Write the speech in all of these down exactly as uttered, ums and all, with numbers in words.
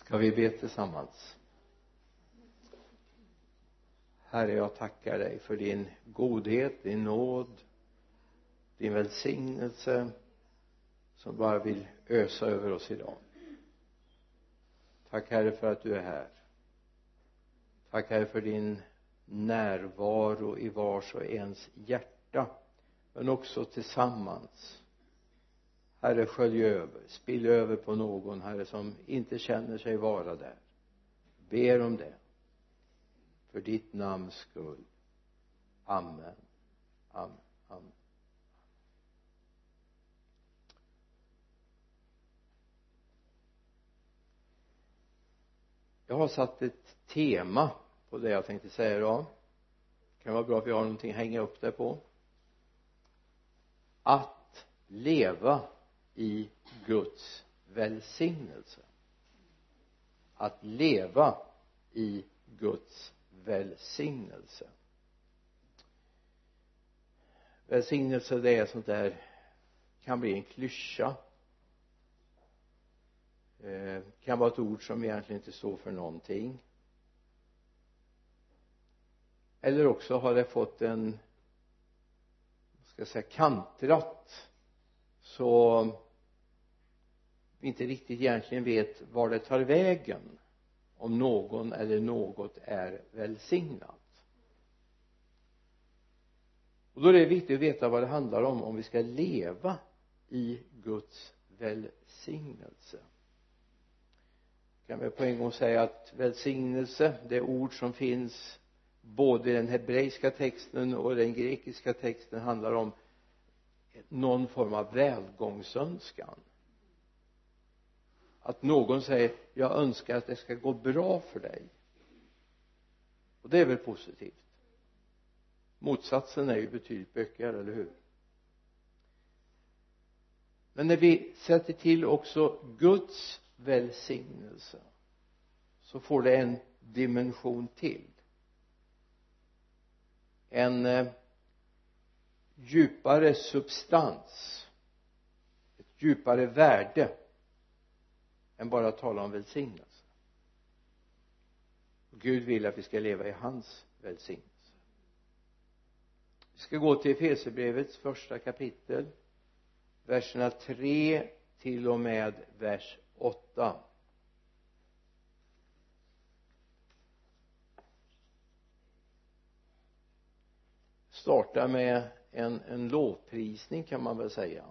Ska vi be tillsammans? Herre, jag tackar dig för din godhet, din nåd, din välsignelse som bara vill ösa över oss idag. Tack Herre för att du är här. Tack Herre för din närvaro i vars och ens hjärta, men också tillsammans. Herre, skölj över, spill över på någon, Herre, som inte känner sig vara där. Ber om det. För ditt namns skull. Amen. Amen. Amen. Jag har satt ett tema på det jag tänkte säga idag. Det kan vara bra att vi har någonting att hänga upp det på. Att leva i Guds välsignelse. Att leva i Guds välsignelse. Välsignelse, det är sånt där, kan bli en klyscha. Eh, kan vara ett ord som egentligen inte står för någonting. Eller också har det fått en, ska jag säga, kantrat, så vi inte riktigt egentligen vet var det tar vägen, om någon eller något är välsignat. Och då är det viktigt att veta vad det handlar om, om vi ska leva i Guds välsignelse. Kan vi på en gång säga att välsignelse, det ord som finns både i den hebreiska texten och den grekiska texten, handlar om någon form av välgångsönskan. Att någon säger, jag önskar att det ska gå bra för dig. Och det är väl positivt. Motsatsen är ju betydligt bökigare, eller hur? Men när vi sätter till också Guds välsignelse, så får det en dimension till. En eh, djupare substans. Ett djupare värde än bara att tala om välsignelse. Och Gud vill att vi ska leva i hans välsignelse. Vi ska gå till Efesierbrevets första kapitel, verserna tre till och med vers åtta. Starta med en, en lovprisning, kan man väl säga.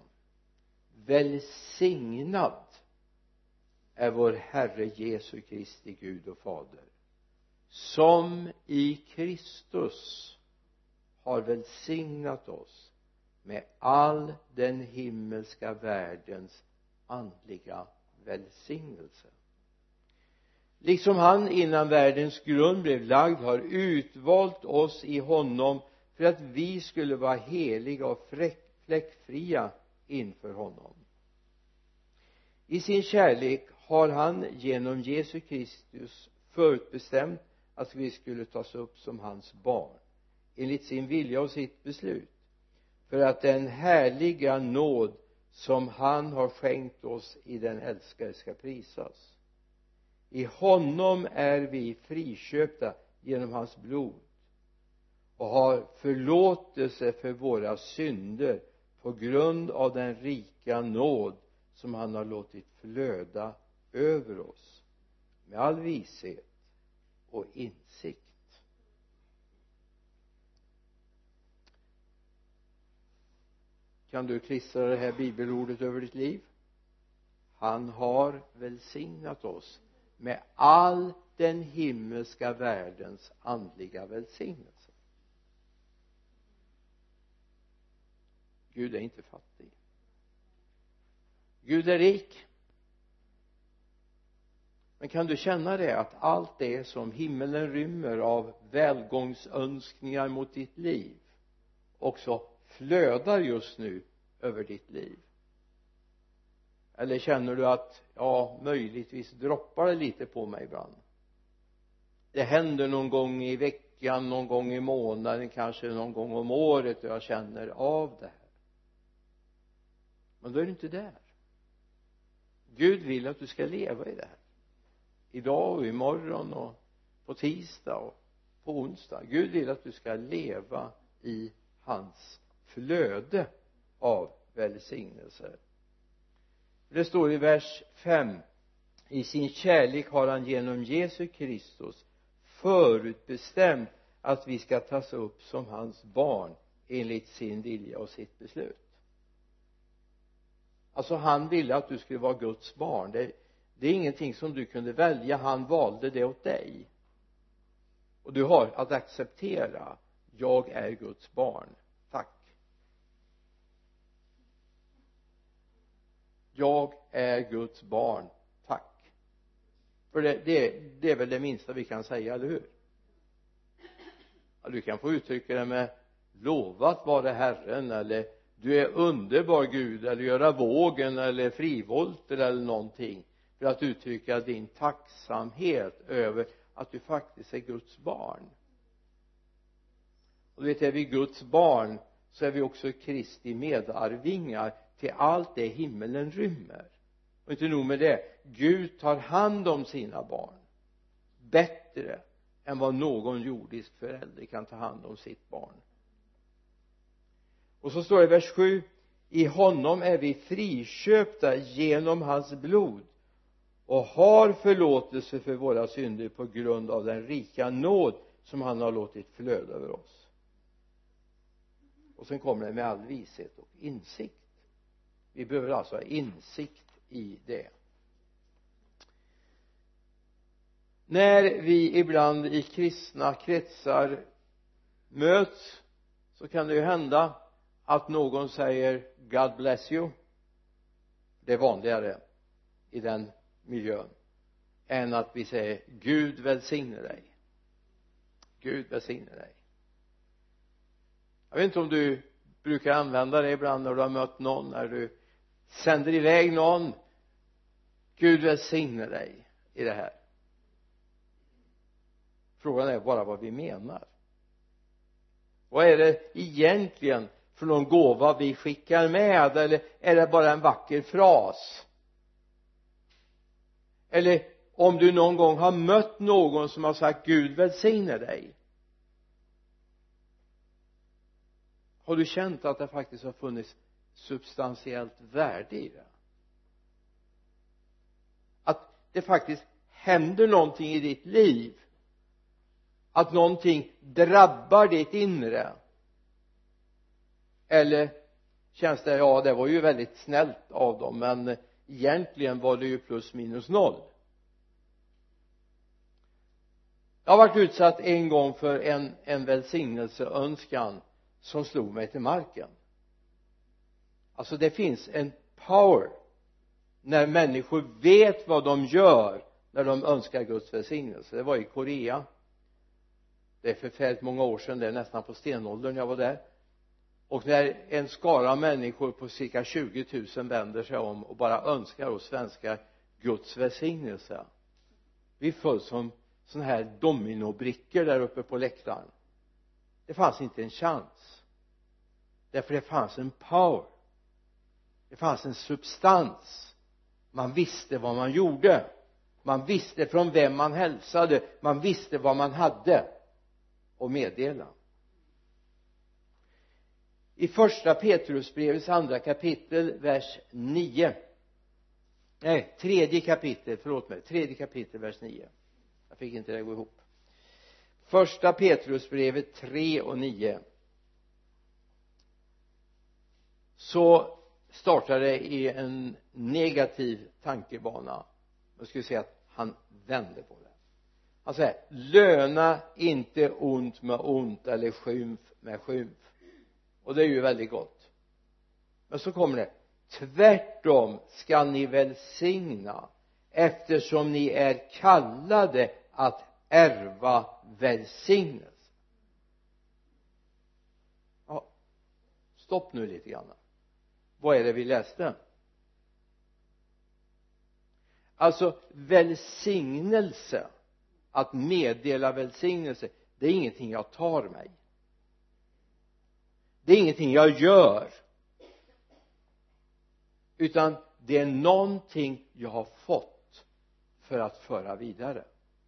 Välsignad är vår Herre Jesu Kristi Gud och Fader, som i Kristus har välsignat oss med all den himmelska världens andliga välsignelse. Liksom han innan världens grund blev lagd har utvalt oss i honom för att vi skulle vara heliga och fläckfria inför honom. I sin kärlek har han genom Jesu Kristus förutbestämt att vi skulle tas upp som hans barn, enligt sin vilja och sitt beslut, för att den härliga nåd som han har skänkt oss i den älskade ska prisas. I honom är vi friköpta genom hans blod och har förlåtelse för våra synder på grund av den rika nåd som han har låtit flöda över oss med all vishet och insikt. Kan du klistra det här bibelordet över ditt liv? Han har välsignat oss med all den himmelska världens andliga välsignelse. Gud är inte fattig. Gud är rik. Men kan du känna det, att allt det som himmelen rymmer av välgångsönskningar mot ditt liv också flödar just nu över ditt liv? Eller känner du att, ja, möjligtvis droppar det lite på mig ibland? Det händer någon gång i veckan, någon gång i månaden, kanske någon gång om året, och jag känner av det här. Men då är du inte där. Gud vill att du ska leva i det här, idag och imorgon och på tisdag och på onsdag. Gud vill att du ska leva i hans flöde av välsignelser. Det står i vers fem: i sin kärlek har han genom Jesus Kristus förutbestämt att vi ska tas upp som hans barn enligt sin vilja och sitt beslut. Alltså han ville att du skulle vara Guds barn. det, det är ingenting som du kunde välja, han valde det åt dig. Och du har att acceptera: jag är Guds barn, tack. Jag är Guds barn, tack. För det, det, det är väl det minsta vi kan säga, eller hur? Ja, du kan få uttrycka det med lovat vare Herren, eller du är underbar Gud, eller göra vågen eller frivolter eller någonting, för att uttrycka din tacksamhet över att du faktiskt är Guds barn. Och du vet, är vi Guds barn så är vi också Kristi medarvingar till allt det himmelen rymmer. Och inte nog med det, Gud tar hand om sina barn bättre än vad någon jordisk förälder kan ta hand om sitt barn. Och så står det i vers sju: i honom är vi friköpta genom hans blod och har förlåtelse för våra synder på grund av den rika nåd som han har låtit flöda över oss. Och sen kommer det med all vishet och insikt. Vi behöver alltså ha insikt i det. När vi ibland i kristna kretsar möts så kan det ju hända att någon säger God bless you. Det är vanligare i den miljön än att vi säger Gud välsigne dig. Gud välsigne dig. Jag vet inte om du brukar använda det ibland när du har mött någon, när du sänder iväg någon: Gud välsigne dig i det här. Frågan är bara vad vi menar. Vad är det egentligen för någon gåva vi skickar med, eller är det bara en vacker fras? Eller om du någon gång har mött någon som har sagt Gud välsigne dig, har du känt att det faktiskt har funnits substantiellt värde i det? Att det faktiskt händer någonting i ditt liv, att någonting drabbar ditt inre? Eller känns det, ja det var ju väldigt snällt av dem, men egentligen var det ju plus minus noll. Jag har varit utsatt en gång för en, en välsignelseönskan som slog mig till marken. Alltså det finns en power när människor vet vad de gör när de önskar Guds välsignelse. Det var i Korea. Det är förfärligt många år sedan, det är nästan på stenåldern jag var där. Och när en skara människor på cirka tjugo tusen vänder sig om och bara önskar oss svenskar Guds välsignelse, vi föll som såna här dominobrickor där uppe på läktaren. Det fanns inte en chans, därför det fanns en power, det fanns en substans. Man visste vad man gjorde, man visste från vem man hälsade, man visste vad man hade att meddela. I första Petrusbrevets andra kapitel vers nio, nej tredje kapitel, förlåt mig tredje kapitel vers nio, jag fick inte det gå ihop. Första Petrusbrevet tre och nio, så startar det i en negativ tankebana. Jag skulle säga att han vänder på det. Han säger: löna inte ont med ont eller skymf med skymf. Och det är ju väldigt gott. Men så kommer det: tvärtom ska ni välsigna, eftersom ni är kallade att ärva välsignelse. Ja, stopp nu lite grann. Vad är det vi läste? Alltså välsignelse, att meddela välsignelse, det är ingenting jag tar mig. Det är ingenting jag gör, utan det är någonting jag har fått för att föra vidare.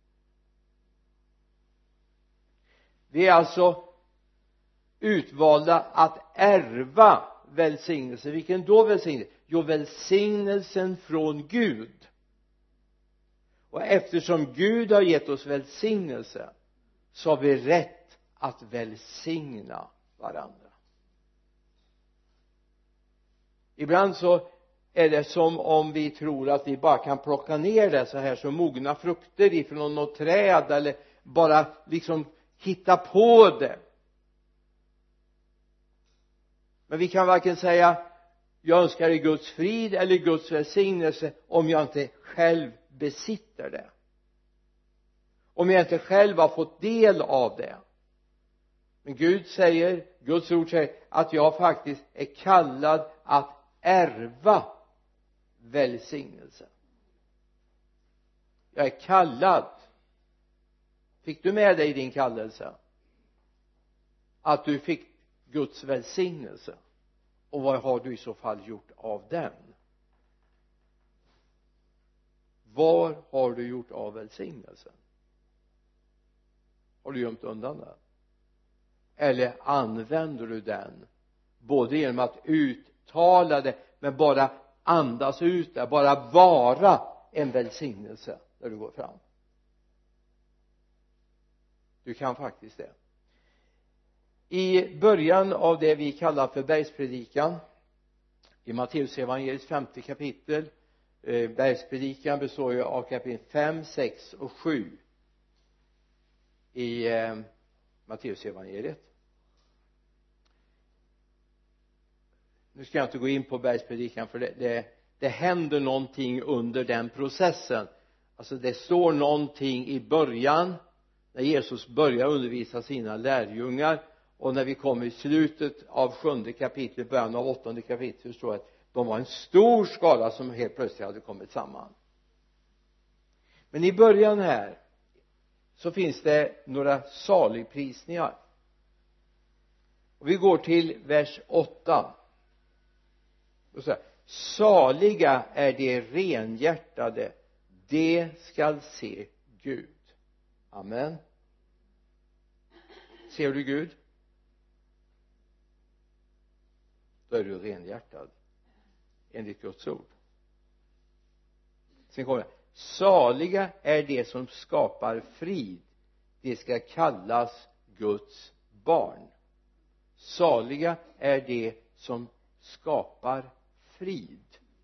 Vi är alltså utvalda att ärva välsignelse. Vilken då välsignelse? Jo, välsignelsen från Gud. Och eftersom Gud har gett oss välsignelse så har vi rätt att välsigna varandra. Ibland så är det som om vi tror att vi bara kan plocka ner det så här som mogna frukter ifrån något träd, eller bara liksom hitta på det. Men vi kan varken säga jag önskar dig Guds frid eller Guds välsignelse om jag inte själv besitter det, om jag inte själv har fått del av det. Men Gud säger, Guds ord säger att jag faktiskt är kallad att ärva välsignelse. Jag är kallad. Fick du med dig din kallelse att du fick Guds välsignelse? Och vad har du i så fall gjort av den? Vad har du gjort av välsignelsen? Har du gömt undan den? Eller använder du den både genom att uttala det, men bara andas ut det, bara vara en välsignelse när du går fram? Du kan faktiskt det. I början av det vi kallar för bergspredikan i Matteus evangeliets femte kapitel, eh, bergspredikan består ju av kapitel fem, sex och sju i eh, Matteus evangeliet. Nu ska jag inte gå in på bergspredikan, för det, det, det händer någonting under den processen. Alltså det står någonting i början när Jesus börjar undervisa sina lärjungar, och när vi kommer i slutet av sjunde kapitlet, början av åttonde kapitlet, så står det att de var en stor skara som helt plötsligt hade kommit samman. Men i början här så finns det några saligprisningar, och vi går till vers åtta. Och så här: saliga är de renhjärtade, de skall se Gud. Amen. Ser du Gud? Då är du renhjärtad enligt Guds ord. Sen kommer det: saliga är de som skapar frid, de ska kallas Guds barn. Saliga är de som skapar frid.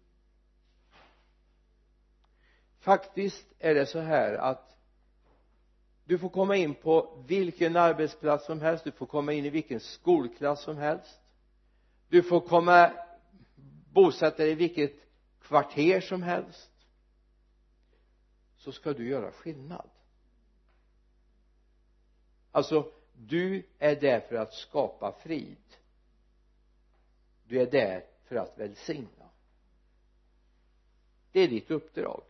Faktiskt är det så här att du får komma in på vilken arbetsplats som helst, du får komma in i vilken skolklass som helst, du får komma bosätta dig i vilket kvarter som helst, så ska du göra skillnad. Alltså, du är där för att skapa frid. Du är där för att välsigna. Det är ditt uppdrag.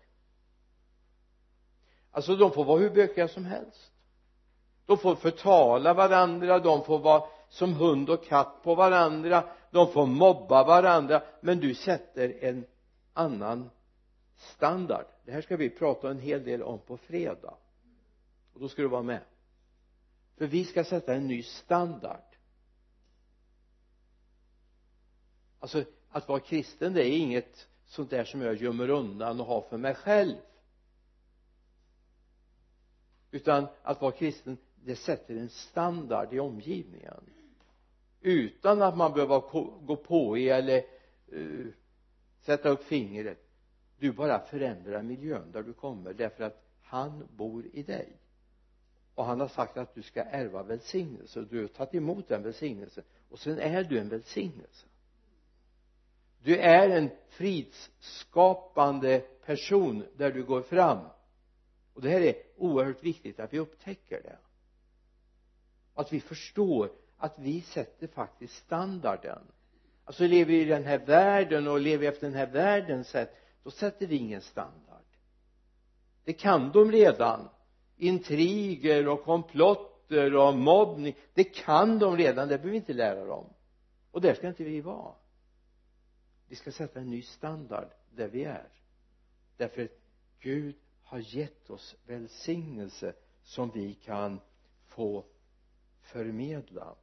Alltså, de får vara hur bökiga som helst. De får förtala varandra, de får vara som hund och katt på varandra, de får mobba varandra, men du sätter en annan standard. Det här ska vi prata en hel del om på fredag, och då ska du vara med, för vi ska sätta en ny standard. Alltså, att vara kristen, det är inget sånt där som jag gömmer undan och har för mig själv, utan att vara kristen, det sätter en standard i omgivningen utan att man behöver gå på i eller uh, sätta upp fingret. Du bara förändrar miljön där du kommer, därför att han bor i dig, och han har sagt att du ska ärva välsignelse, och du har tagit emot den välsignelsen, och sen är du en välsignelse. Du är en fridsskapande person där du går fram, och det här är oerhört viktigt att vi upptäcker det, att vi förstår att vi sätter faktiskt standarden. Alltså, lever vi i den här världen och lever efter den här världens sätt, då sätter vi ingen standard. Det kan de redan, intriger och komplotter och mobbning, det kan de redan, det behöver vi inte lära dem, och där ska inte vi vara. Vi ska sätta en ny standard där vi är, därför att Gud har gett oss välsignelse som vi kan få förmedla.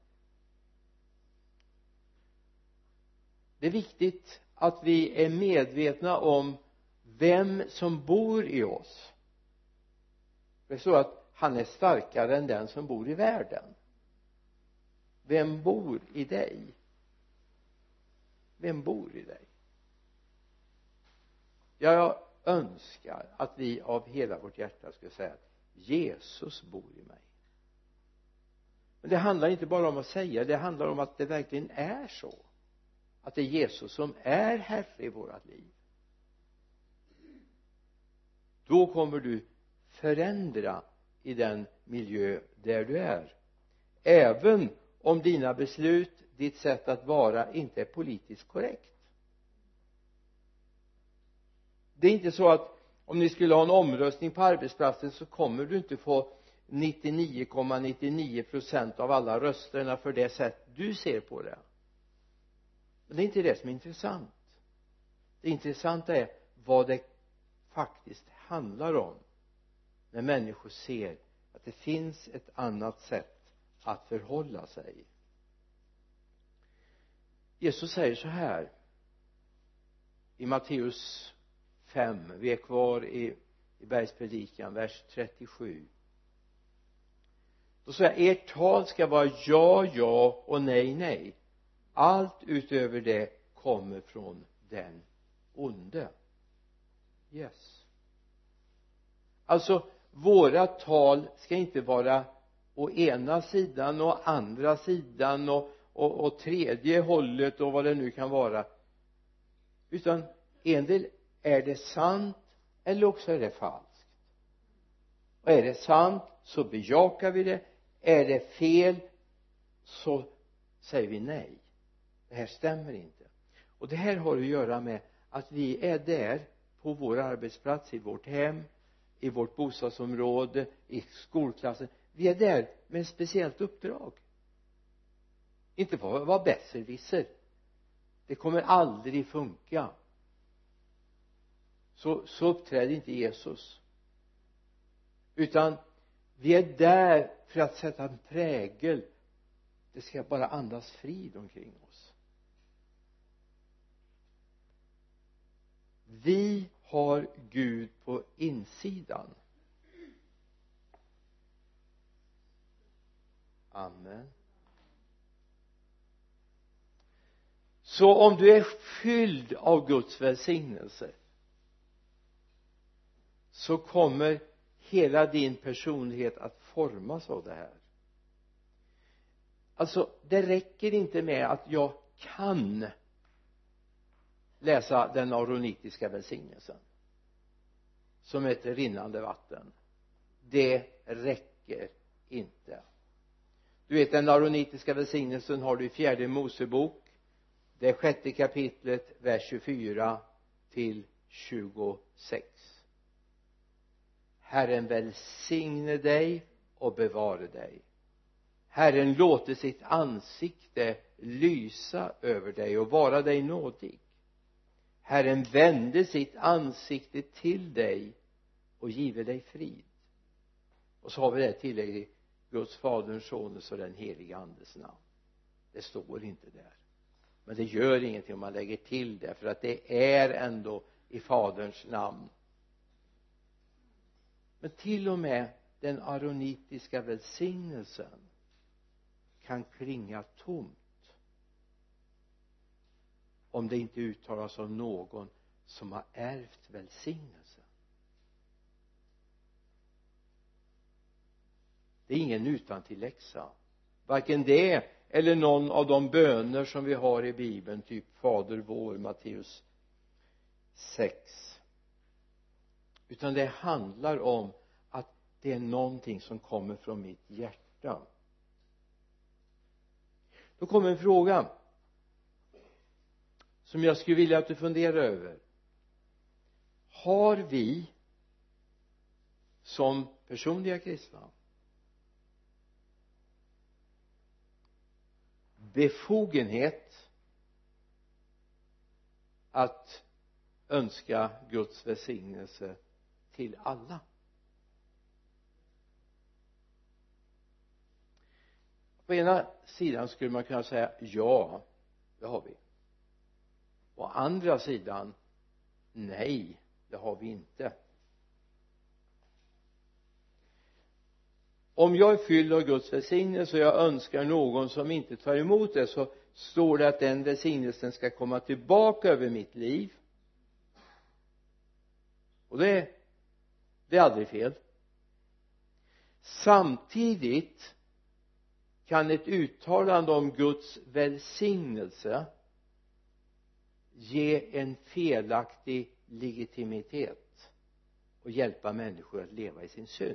Det är viktigt att vi är medvetna om vem som bor i oss. Det är så att han är starkare än den som bor i världen. Vem bor i dig? Vem bor i dig? Jag önskar att vi av hela vårt hjärta skulle säga att Jesus bor i mig. Men det handlar inte bara om att säga, det handlar om att det verkligen är så. Att det är Jesus som är Herre i vårat liv. Då kommer du förändra i den miljö där du är. Även om dina beslut, ditt sätt att vara inte är politiskt korrekt. Det är inte så att om ni skulle ha en omröstning på arbetsplatsen så kommer du inte få nittionio komma nittionio procent av alla rösterna för det sätt du ser på det. Men det är inte det som är intressant. Det intressanta är vad det faktiskt handlar om när människor ser att det finns ett annat sätt att förhålla sig. Jesus säger så här i Matteus fem, vi är kvar i, i bergspredikan, vers trettiosju. Då säger jag, ert tal ska vara ja, ja och nej, nej. Allt utöver det kommer från den onde. Yes. Alltså våra tal ska inte vara å ena sidan och andra sidan och, och, och tredje hållet och vad det nu kan vara, utan en del är det sant eller också är det falskt. Och är det sant så bejakar vi det, är det fel så säger vi nej, det här stämmer inte. Och det här har att göra med att vi är där på vår arbetsplats, i vårt hem, i vårt bostadsområde, i skolklassen. Vi är där med ett speciellt uppdrag. Inte för att vara besserwisser. Det kommer aldrig funka. Så, så uppträder inte Jesus. Utan vi är där för att sätta en prägel. Det ska bara andas frid omkring oss. Vi har Gud på insidan. Amen. Så om du är fylld av Guds välsignelse så kommer hela din personlighet att formas av det här. Alltså det räcker inte med att jag kan läsa den aronitiska välsignelsen som ett rinnande vatten. Det räcker inte. Du vet, den aronitiska välsignelsen har du i fjärde Mosebok, det sjätte kapitlet, vers tjugofyra till tjugosex. Herren välsigne dig och bevare dig. Herren låter sitt ansikte lysa över dig och vara dig nådig. Herren vände sitt ansikte till dig och give dig frid. Och så har vi det tillägget, Guds faderns, sonens och den heliga andes namn. Det står inte där, men det gör ingenting om man lägger till det, för att det är ändå i faderns namn. Men till och med den aronitiska välsignelsen kan klinga tomt om det inte uttalas av någon som har ärvt välsignelsen. Det är ingen utantilläxa, varken det eller någon av de böner som vi har i Bibeln, typ Fader vår, Matteus sex, utan det handlar om att det är någonting som kommer från mitt hjärta. Då kommer en fråga som jag skulle vilja att du funderar över. Har vi som personliga kristna befogenhet att önska Guds välsignelse till alla. På ena sidan skulle man kunna säga ja, det har vi. Å andra sidan nej, det har vi inte. Om jag är fylld av Guds välsignelse och jag önskar någon som inte tar emot det, så står det att den välsignelsen ska komma tillbaka över mitt liv. Och det, det är aldrig fel. Samtidigt kan ett uttalande om Guds välsignelse ge en felaktig legitimitet och hjälpa människor att leva i sin synd.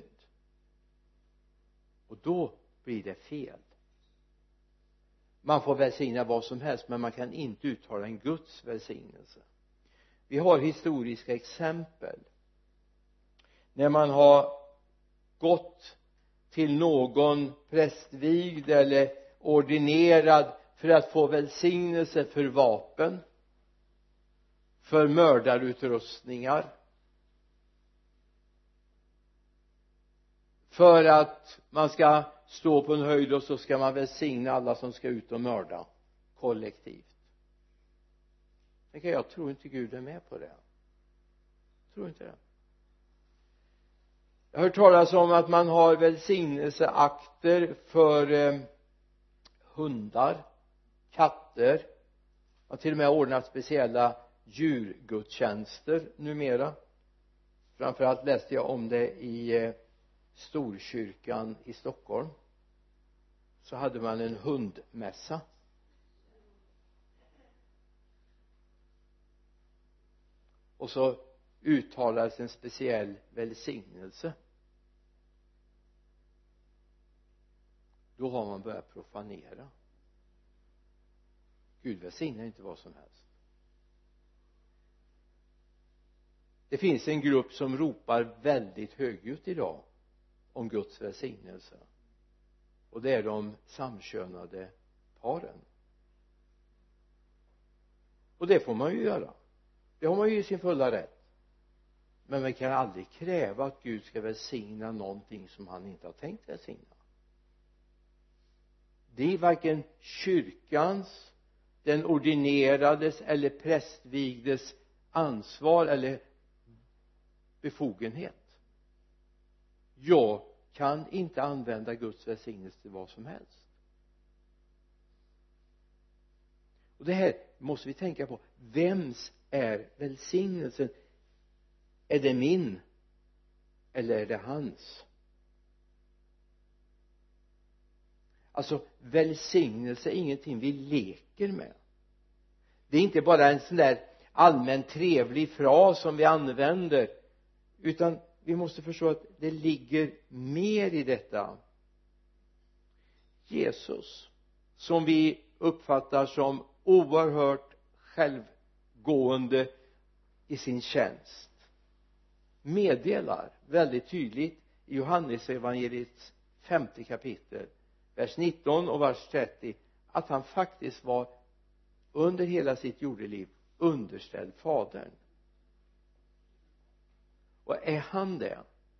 Och då blir det fel. Man får välsigna vad som helst, men man kan inte uttala en Guds välsignelse. Vi har historiska exempel när man har gått till någon prästvigd eller ordinerad för att få välsignelse för vapen, för mördarutrustningar, för att man ska stå på en höjd och så ska man välsigna alla som ska ut och mörda kollektivt. Tänker jag, tror inte Gud är med på det. Jag tror inte det. Jag har hört talas om att man har välsignelseakter för eh, hundar, katter. Man har till och med ordnat speciella djurgudstjänster numera. Framförallt läste jag om det i eh, Storkyrkan i Stockholm. Så hade man en hundmässa. Och så uttalades en speciell välsignelse. Då har man börjat profanera. Gud välsignar inte vad som helst. Det finns en grupp som ropar väldigt högljutt idag om Guds välsignelse. Och det är de samkönade paren. Och det får man ju göra. Det har man ju i sin fulla rätt. Men man kan aldrig kräva att Gud ska välsigna någonting som han inte har tänkt välsigna. Det är varken kyrkans, den ordinerades eller prästvigdes ansvar eller befogenhet. Jag kan inte använda Guds välsignelse till vad som helst. Och det här måste vi tänka på. Vems är välsignelsen? Är det min? Eller är det hans? Alltså välsignelse är ingenting vi leker med. Det är inte bara en sån där allmän trevlig fras som vi använder, utan vi måste förstå att det ligger mer i detta. Jesus, som vi uppfattar som oerhört självgående i sin tjänst, meddelar väldigt tydligt i Johannes evangeliets femte kapitel, vers nitton och vers trettio, att han faktiskt var under hela sitt jordeliv underställd Fadern. Och är han det,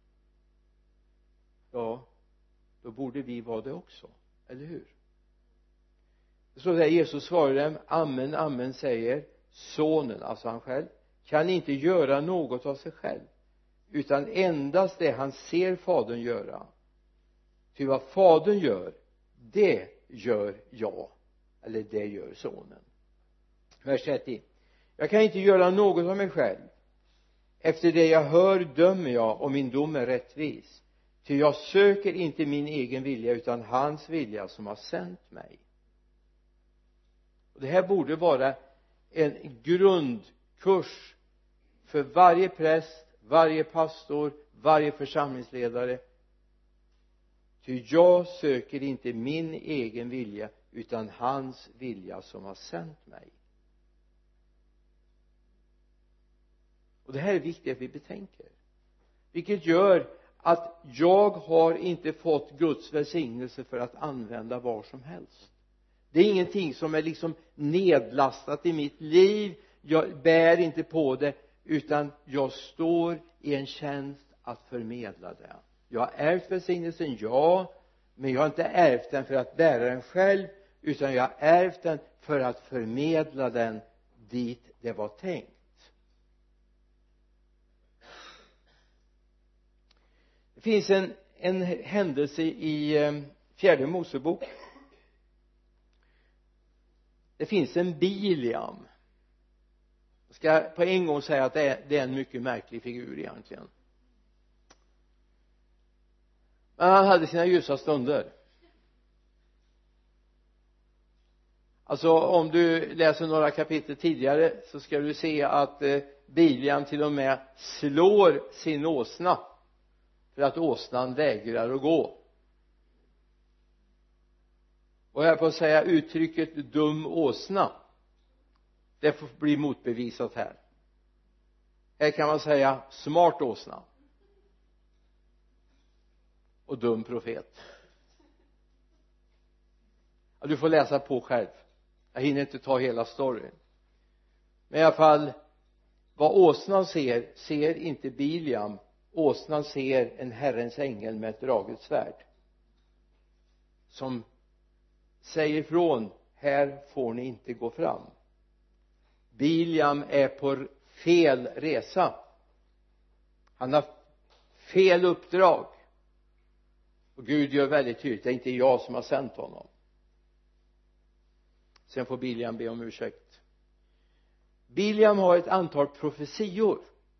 ja, då borde vi vara det också, eller hur? Så där Jesus svarade dem, amen, amen säger sonen, alltså han själv, kan inte göra något av sig själv, utan endast det han ser Fadern göra. Ty vad Fadern gör, det gör jag, eller det gör sonen. Vers trettio. Jag kan inte göra något av mig själv. Efter det jag hör dömer jag, och min dom är rättvis. Ty jag söker inte min egen vilja, utan hans vilja som har sänt mig. Och det här borde vara en grundkurs för varje präst, varje pastor, varje församlingsledare. Ty jag söker inte min egen vilja, utan hans vilja som har sänt mig. Och det här är viktigt att vi betänker. Vilket gör att jag har inte fått Guds välsignelse för att använda var som helst. Det är ingenting som är liksom nedlastat i mitt liv. Jag bär inte på det, utan jag står i en tjänst att förmedla det. Jag har ärvt välsignelsen, ja, men jag har inte ärvt den för att bära den själv, utan jag har ärvt den för att förmedla den dit det var tänkt. Det finns en, en händelse i eh, fjärde Mosebok. Det finns en Biliam. Jag ska på en gång säga att det är, det är en mycket märklig figur egentligen. Men han hade sina ljusa stunder. Alltså om du läser några kapitel tidigare så ska du se att eh, Biliam till och med slår sin åsna för att åsnan vägrar att gå. Och jag får säga uttrycket dum åsna, det får bli motbevisat här. Här kan man säga smart åsna och dum profet. Ja, du får läsa på själv, jag hinner inte ta hela storyn. Men i alla fall, vad åsnan ser, ser inte Biliam. Åsnan ser en Herrens ängel med ett draget svärd som säger ifrån: här får ni inte gå fram. Biliam är på fel resa, han har fel uppdrag, och Gud gör väldigt tydligt: det är inte jag som har sänt honom. Sen får Biliam be om ursäkt. Biliam har ett antal profetior.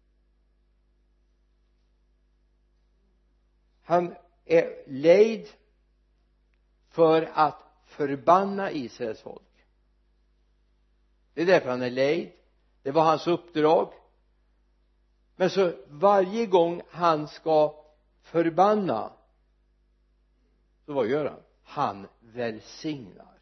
Han är lejd för att förbanna Israels folk. Det är därför han är lejd. Det var hans uppdrag. Men så varje gång han ska förbanna, så vad gör han? Han välsignar.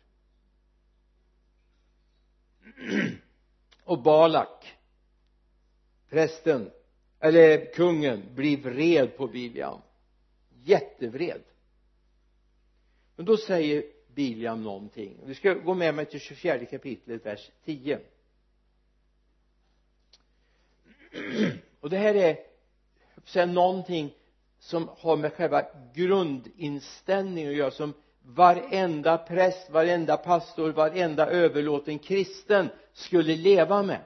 Och Balak, prästen eller kungen, blir vred på Biliam, jättevred. Men då säger Biliam någonting. Vi ska gå med mig till tjugofjärde kapitlet, vers tio. Och det här är så någonting som har med själva grundinställningen att göra, som varenda präst, varenda pastor, varenda överlåten kristen skulle leva med.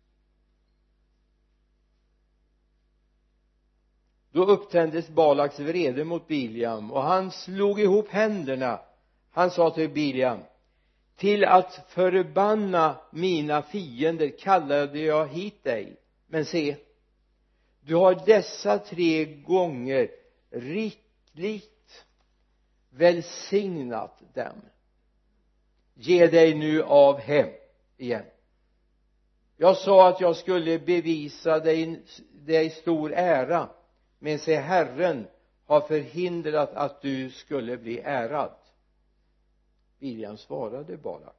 Då upptändes Balaks vrede mot Biliam, och han slog ihop händerna. Han sa till Biliam: till att förbanna mina fiender kallade jag hit dig, men se, du har dessa tre gånger rikligt välsignat dem. Ge dig nu av hem igen. Jag sa att jag skulle bevisa dig, dig stor ära, men se, Herren har förhindrat att du skulle bli ärad. Biliam svarade Balak: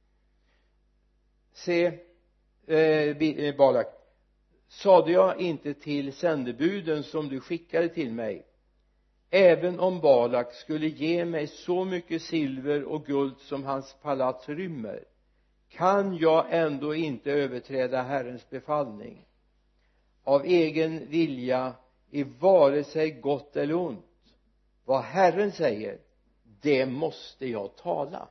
se, eh, Balak, sade jag inte till sändebuden som du skickade till mig: även om Balak skulle ge mig så mycket silver och guld som hans palats rymmer, kan jag ändå inte överträda Herrens befallning av egen vilja i vare sig gott eller ont. Vad Herren säger, det måste jag tala.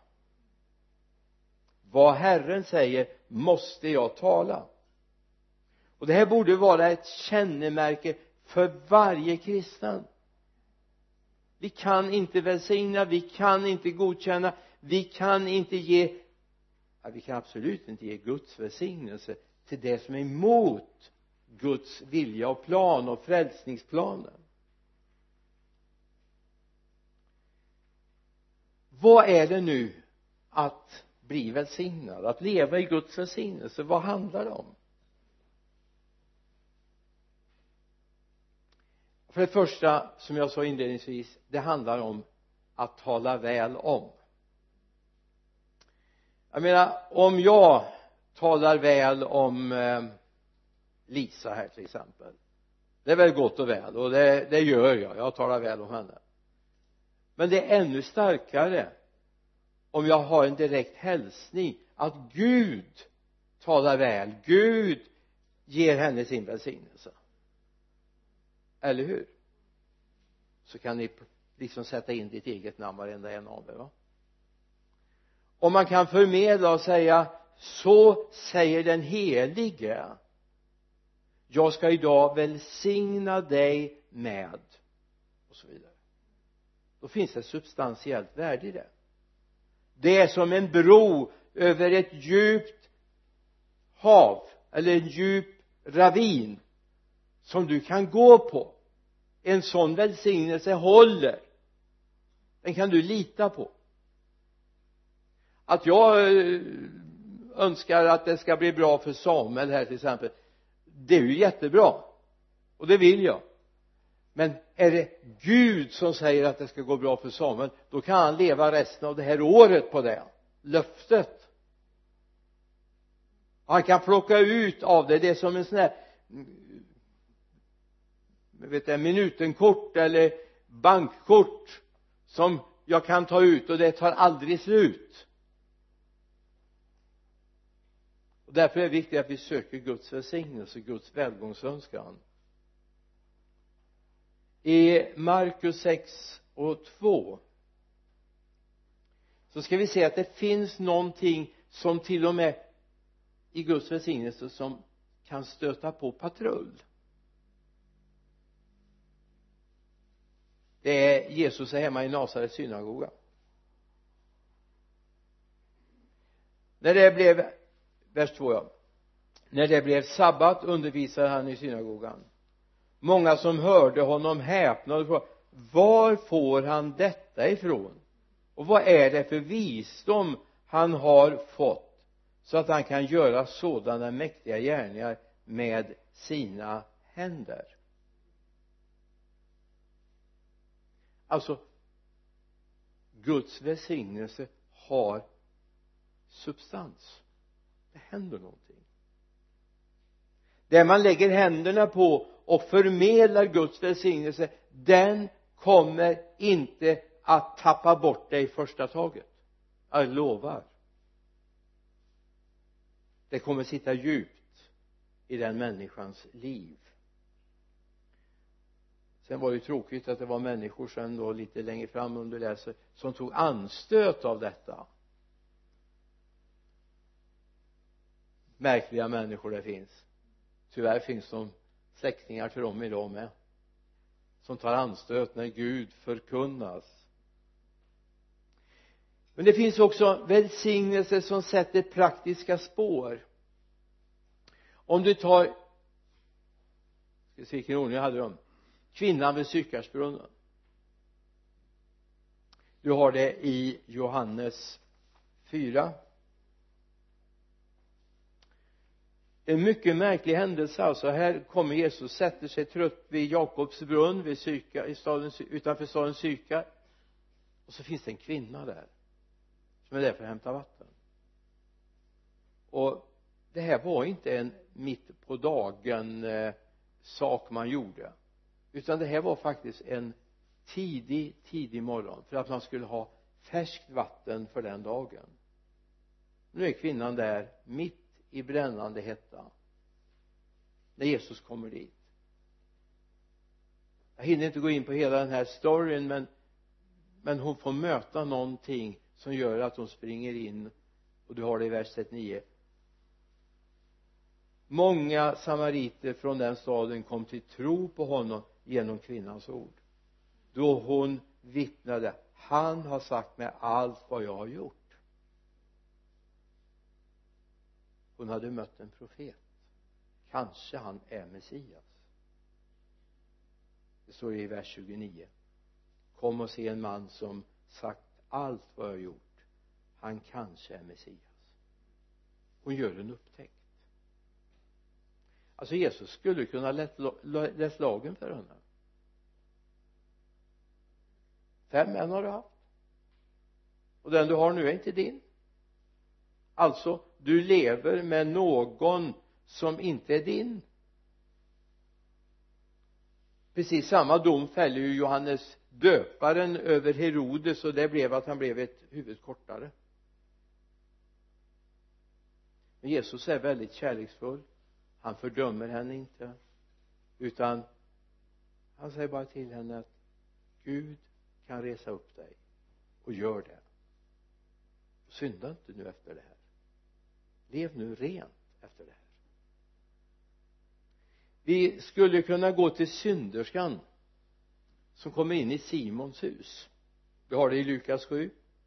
Vad Herren säger måste jag tala. Och det här borde vara ett kännemärke för varje kristen. Vi kan inte välsigna, vi kan inte godkänna, vi kan inte ge, ja, vi kan absolut inte ge Guds välsignelse till det som är emot Guds vilja och plan och frälsningsplanen. Vad är det nu att bli välsignad, att leva i Guds välsignelse? Vad handlar det om? För det första, som jag sa inledningsvis, det handlar om att tala väl om. Jag menar, om jag talar väl om eh, Lisa här till exempel, det är väl gott och väl, och det, det gör jag, jag talar väl om henne. Men det är ännu starkare om jag har en direkt hälsning att Gud talar väl, Gud ger henne sin välsignelse, eller hur? Så kan ni liksom sätta in ditt eget namn varenda en av er, va? Om man kan förmedla och säga: så säger den helige, jag ska idag välsigna dig med, och så vidare, då finns det ett substantiellt värde i det. Det är som en bro över ett djupt hav eller en djup ravin som du kan gå på. En sån välsignelse håller, den kan du lita på. Att jag önskar att det ska bli bra för Samuel här till exempel, det är ju jättebra och det vill jag, men är det Gud som säger att det ska gå bra för Samuel, då kan han leva resten av det här året på det löftet. Han kan plocka ut av det, det är som en sån här vet jag, minutenkort eller bankkort som jag kan ta ut och det tar aldrig slut. Och därför är det viktigt att vi söker Guds välsignelse, Guds välgångsönskan. I Markus sex och två så ska vi se att det finns någonting som till och med i Guds välsignelse som kan stöta på patrull. Det är Jesus är hemma i Nasarets synagoga. När det blev, vers två, ja. När det blev sabbat undervisade han i synagogan. Många som hörde honom häpnade och frågade: var får han detta ifrån? Och vad är det för visdom han har fått, så att han kan göra sådana mäktiga gärningar med sina händer? Alltså, Guds välsignelse har substans. Det händer någonting. Där man lägger händerna på och förmedlar Guds välsignelse, den kommer inte att tappa bort dig första taget. Jag lovar. Det kommer sitta djupt i den människans liv. Sen var det ju tråkigt att det var människor sen då lite längre fram under läser som tog anstöt av detta. Märkliga människor det finns. Tyvärr finns de släktingar till dem idag med, som tar anstöt när Gud förkunnas. Men det finns också välsignelse som sätter praktiska spår. Om du tar, ska se vilken ordning jag hade dem, kvinnan vid Sykarsbrunnen. Du har det i Johannes fyra. En mycket märklig händelse alltså. Här kommer Jesus, sätter sig trött vid Jakobs brunn vid Syka, i staden, utanför staden Sykar. Och så finns det en kvinna där som är där för att hämta vatten. Och det här var inte en mitt på dagen eh, sak man gjorde, utan det här var faktiskt en tidig, tidig morgon, för att man skulle ha färskt vatten för den dagen. Nu är kvinnan där mitt i brännande hetta när Jesus kommer dit. Jag hinner inte gå in på hela den här storyn, men men hon får möta någonting som gör att hon springer in, och du har det i vers trettionio. Många samariter från den staden kom till tro på honom genom kvinnans ord, då hon vittnade: han har sagt mig allt vad jag har gjort. Hon hade mött en profet. Kanske han är Messias. Det står i vers tjugonio. Kom och se en man som sagt allt vad jag har gjort. Han kanske är Messias. Hon gör en upptäckt. Alltså Jesus skulle kunna läsa lagen för henne. Fem män har du haft, och den du har nu är inte din. Alltså, du lever med någon som inte är din. Precis samma dom fäller ju Johannes döparen över Herodes, och det blev att han blev ett huvud kortare. Men Jesus är väldigt kärleksfull. han fördömer henne inte, utan han säger bara till henne att Gud kan resa upp dig, och gör det. Synda inte nu efter det här, lev nu rent efter det här. Vi skulle kunna gå till synderskan som kommer in i Simons hus. Vi har det i Lukas sju.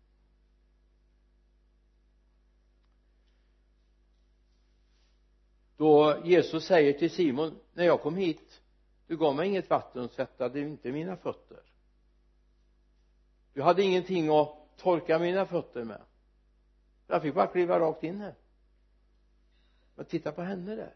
Då Jesus säger till Simon: när jag kom hit, du gav mig inget vatten och tvättade inte mina fötter. Du hade ingenting att torka mina fötter med. Jag fick bara kliva rakt in här. Men titta på henne där,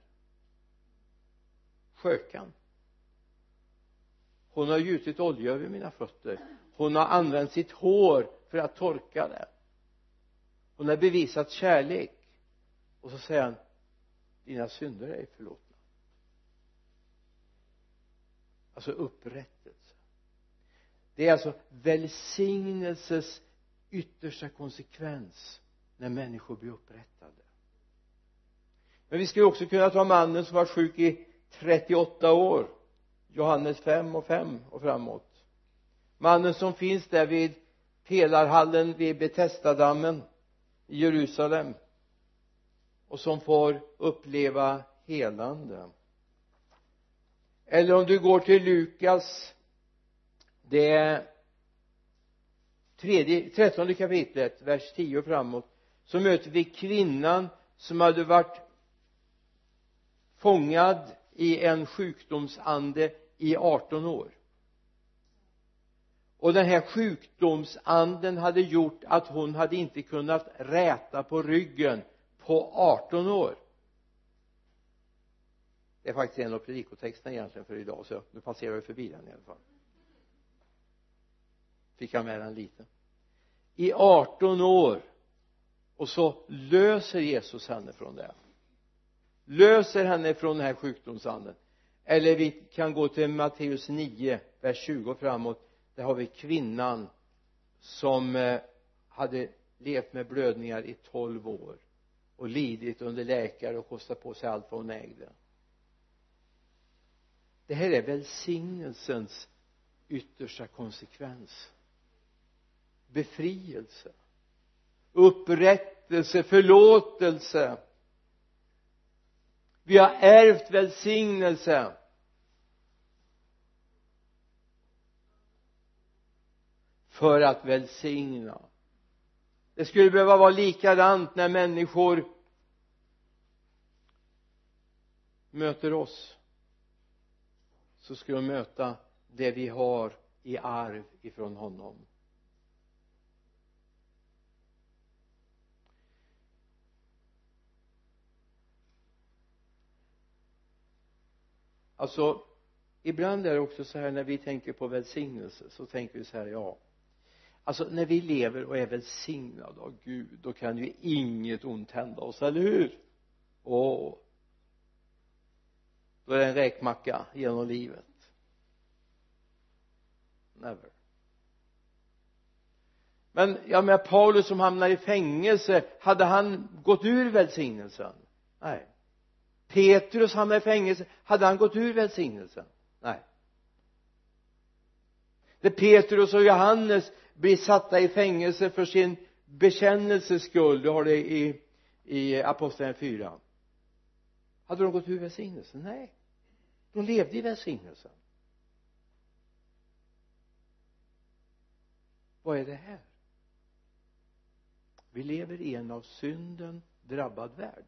skökan. Hon har gjutit olja över mina fötter. Hon har använt sitt hår för att torka det. Hon har bevisat kärlek. Och så säger han: dina synder är förlåtna. Alltså upprättelse. Det är alltså välsignelses yttersta konsekvens när människor blir upprättade. Men vi skulle också kunna ta mannen som var sjuk i trettioåtta år, Johannes fem och fem och framåt. Mannen som finns där vid pelarhallen vid Betesdadammen i Jerusalem, och som får uppleva helande. Eller om du går till Lukas, det tredje, trettonde kapitlet, vers tio och framåt, så möter vi kvinnan som hade varit fångad i en sjukdomsande i arton år. Och den här sjukdomsanden hade gjort att hon hade inte kunnat räta på ryggen på arton år. Det är faktiskt en av predikotexterna egentligen för idag, så nu passerar vi förbi den i alla fall. Fick jag med den lite. I arton år. Och så löser Jesus henne från det. Löser henne från den här sjukdomsanden. Eller vi kan gå till Matteus nio, vers tjugo framåt. Där har vi kvinnan som hade levt med blödningar i tolv år. Och lidit under läkare och kostat på sig allt vad hon ägde. Det här är välsignelsens yttersta konsekvens. Befrielse, upprättelse, förlåtelse. Vi har ärvt välsignelse. För att välsigna. Det skulle behöva vara likadant när människor möter oss. Så ska de möta det vi har i arv ifrån honom. Alltså, ibland är det också så här när vi tänker på välsignelse, så tänker vi så här, ja. Alltså när vi lever och är välsignade av Gud, då kan ju inget ont hända oss, eller hur? Åh, då är det en räkmacka genom livet. Never. Men ja, med Paulus som hamnar i fängelse, hade han gått ur välsignelsen? Nej. Petrus hamnar i fängelse, hade han gått ur välsignelsen? Nej. När Petrus och Johannes blir satta i fängelse för sin bekännelses skull, du har det i, i Apostlagärningarna fyra, hade de gått ur välsignelsen? Nej, de levde i välsignelsen. Vad är det här? Vi lever i en av synden drabbad värld.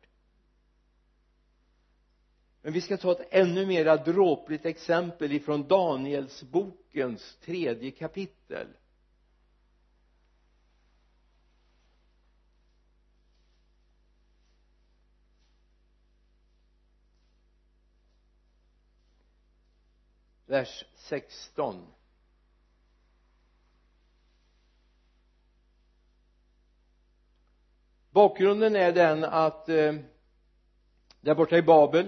Men vi ska ta ett ännu mera dråpligt exempel ifrån Daniels bokens tredje kapitel. Vers sexton. Bakgrunden är den att eh, där borta i Babel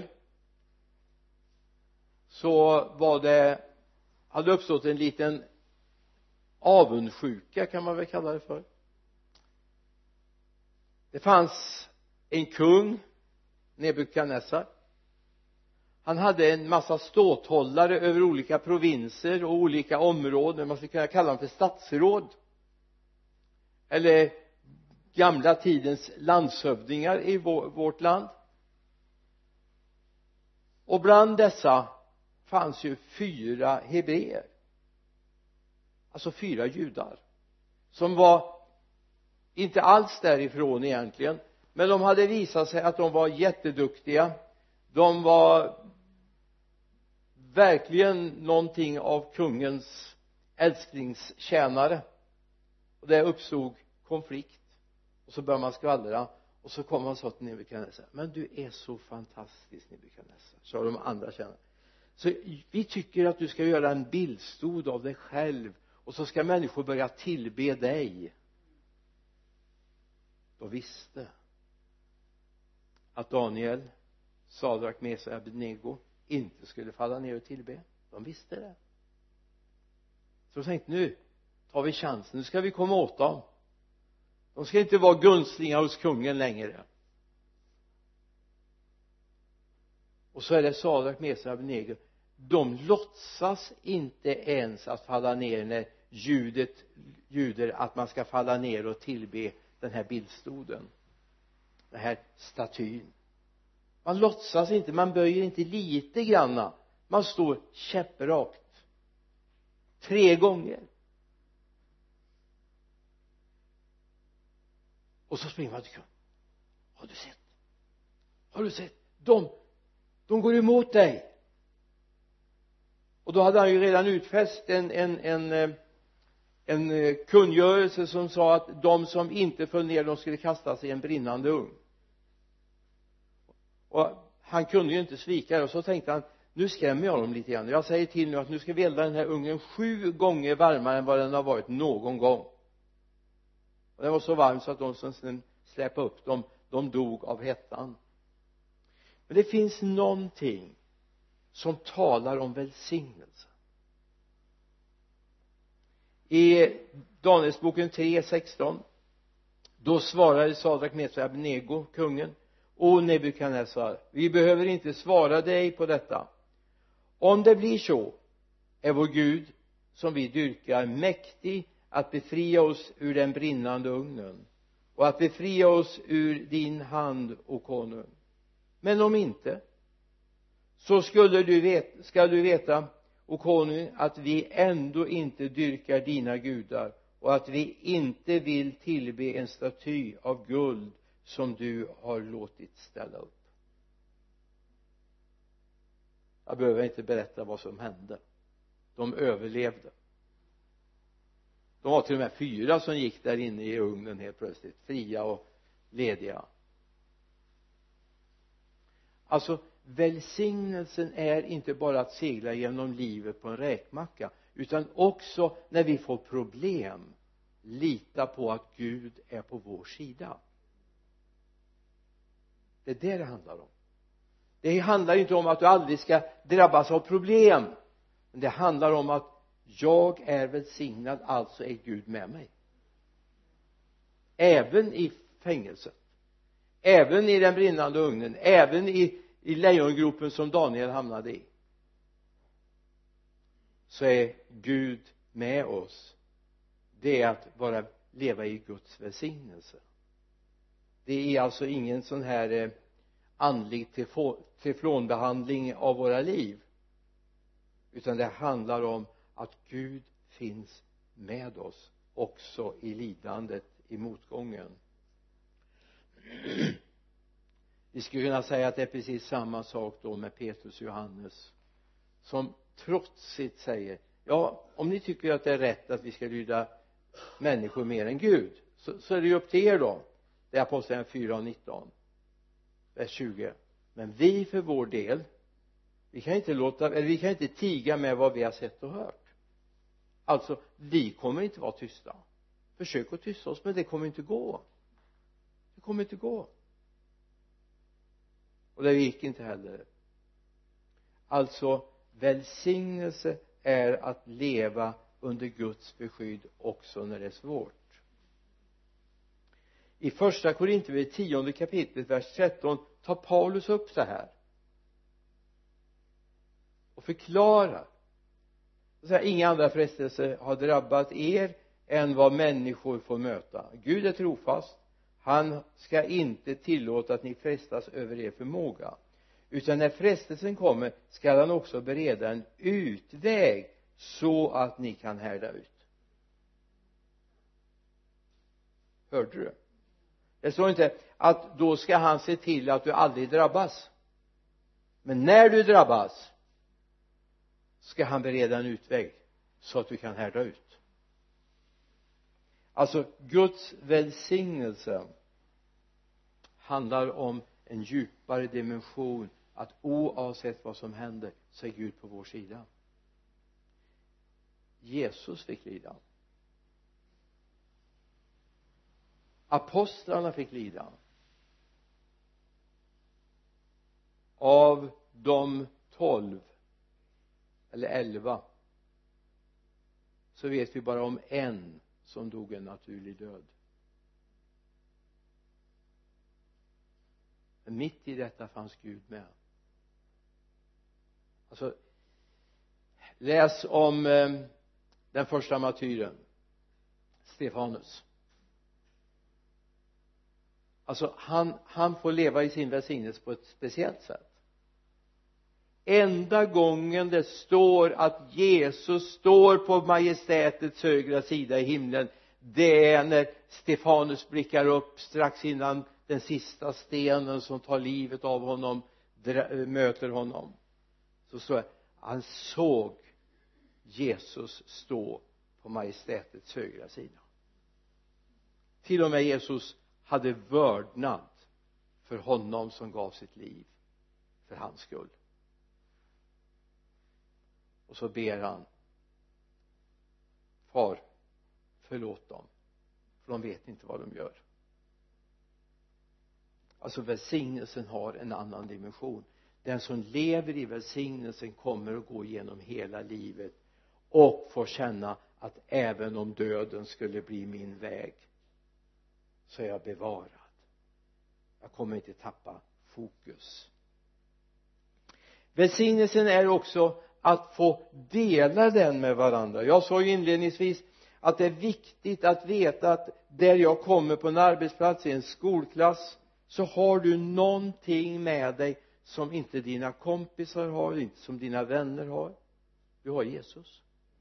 så var det, hade uppstått en liten avundsjuka, kan man väl kalla det för. Det fanns en kung, Nebukadnessar, han hade en massa ståthållare över olika provinser och olika områden. Man skulle kunna kalla dem för statsråd eller gamla tidens landshövdingar i vårt land. Och bland dessa fanns ju fyra hebreer, alltså fyra judar som var inte alls därifrån egentligen, men de hade visat sig att de var jätteduktiga. De var verkligen någonting av kungens älsklingstjänare, och det uppstod konflikt och så började man skvallra och så kom man så till Nebukadnessar: men du är så fantastisk, Nebukadnessar, så de andra tjänarna, så vi tycker att du ska göra en bildstod av dig själv och så ska människor börja tillbe dig. De visste att Daniel, Sadrak, Mesach och Abednego inte skulle falla ner och tillbe. De visste det. Så de tänkte: nu tar vi chansen, nu ska vi komma åt dem. De ska inte vara gunstlingar hos kungen längre. Och så är det Sadrak, Mesach och Abednego. De låtsas inte ens att falla ner när ljudet ljuder att man ska falla ner och tillbe den här bildstoden, den här statyn. Man låtsas inte, man böjer inte lite granna, man står käpprakt tre gånger. Och så springer man till kungen: har du sett har du sett de de går emot dig. Och då hade han ju redan utfäst en en en en kungörelse som sa att de som inte föll ner, de skulle kastas i en brinnande ugn. Och han kunde ju inte svika det, och så tänkte han: nu skrämmer jag dem lite grann. Jag säger till nu att nu ska vi elda den här ugnen sju gånger varmare än vad den har varit någon gång. Och den var så varm så att de som sen släppte upp dem, de dog av hettan. Men det finns någonting som talar om välsignelse. I Danielsboken tre sexton, då svarade Sadrak, Mesach och Abednego kungen: o Nebukadnessar, vi behöver inte svara dig på detta. Om det blir så är vår Gud som vi dyrkar mäktig att befria oss ur den brinnande ugnen och att befria oss ur din hand, o konung. Men om inte, så skulle du veta, ska du veta, o konung, att vi ändå inte dyrkar dina gudar och att vi inte vill tillbe en staty av guld som du har låtit ställa upp. Jag behöver inte berätta vad som hände. De överlevde. De var till och med fyra som gick där inne i ugnen helt plötsligt, fria och lediga. Alltså, välsignelsen är inte bara att segla genom livet på en räkmacka, utan också när vi får problem lita på att Gud är på vår sida. Det är det det handlar om. Det handlar inte om att du aldrig ska drabbas av problem, men det handlar om att jag är välsignad, alltså är Gud med mig. Även i fängelset, även i den brinnande ugnen, även i, i lejongropen som Daniel hamnade i, så är Gud med oss. Det är att bara leva i Guds välsignelse. Det är alltså ingen sån här eh, andlig teflonbehandling av våra liv, utan det handlar om att Gud finns med oss också i lidandet, i motgången. Vi skulle kunna säga att det är precis samma sak då med Petrus och Johannes, som trotsigt säger: ja, om ni tycker att det är rätt att vi ska lyda människor mer än Gud, så, så är det ju upp till er då. Det är Apostlagärningarna fyra och nitton, vers tjugo. Men vi för vår del, vi kan inte låta, eller vi kan inte tiga med vad vi har sett och hört. Alltså, vi kommer inte vara tysta. Försök att tysta oss, men det kommer inte gå. Det kommer inte gå. Och det gick inte heller. Alltså, välsignelse är att leva under Guds beskydd också när det är svårt. I första Korinthierbrevet tionde kapitlet vers tretton tar Paulus upp så här: och förklarar. Så här, inga andra frestelser har drabbat er än vad människor får möta. Gud är trofast. Han ska inte tillåta att ni frestas över er förmåga. Utan när frestelsen kommer ska han också bereda en utväg så att ni kan härda ut. Hörde du? Det står inte att då ska han se till att du aldrig drabbas. Men när du drabbas ska han bereda en utväg så att du kan härda ut. Alltså Guds välsignelse handlar om en djupare dimension, att oavsett vad som händer så är Gud på vår sida. Jesus fick lida. Apostlarna fick lida. Av de tolv eller elva så vet vi bara om en som dog en naturlig död. Men mitt i detta fanns Gud med. Alltså läs om eh, den första martyren, Stefanus. Alltså han, han får leva i sin välsignelse på ett speciellt sätt. Enda gången det står att Jesus står på majestätets högra sida i himlen, det är när Stefanus blickar upp strax innan den sista stenen som tar livet av honom möter honom. Så står det, han såg Jesus stå på majestätets högra sida. Till och med Jesus hade vördnad för honom som gav sitt liv för hans skull. Och så ber han, far, förlåt dem, för de vet inte vad de gör. Alltså välsignelsen har en annan dimension. Den som lever i välsignelsen kommer att gå igenom hela livet och får känna att även om döden skulle bli min väg så är jag bevarad. Jag kommer inte tappa fokus. Välsignelsen är också att få dela den med varandra. Jag sa ju inledningsvis att det är viktigt att veta att där jag kommer på en arbetsplats, i en skolklass, så har du någonting med dig som inte dina kompisar har, inte som dina vänner har. Du har Jesus.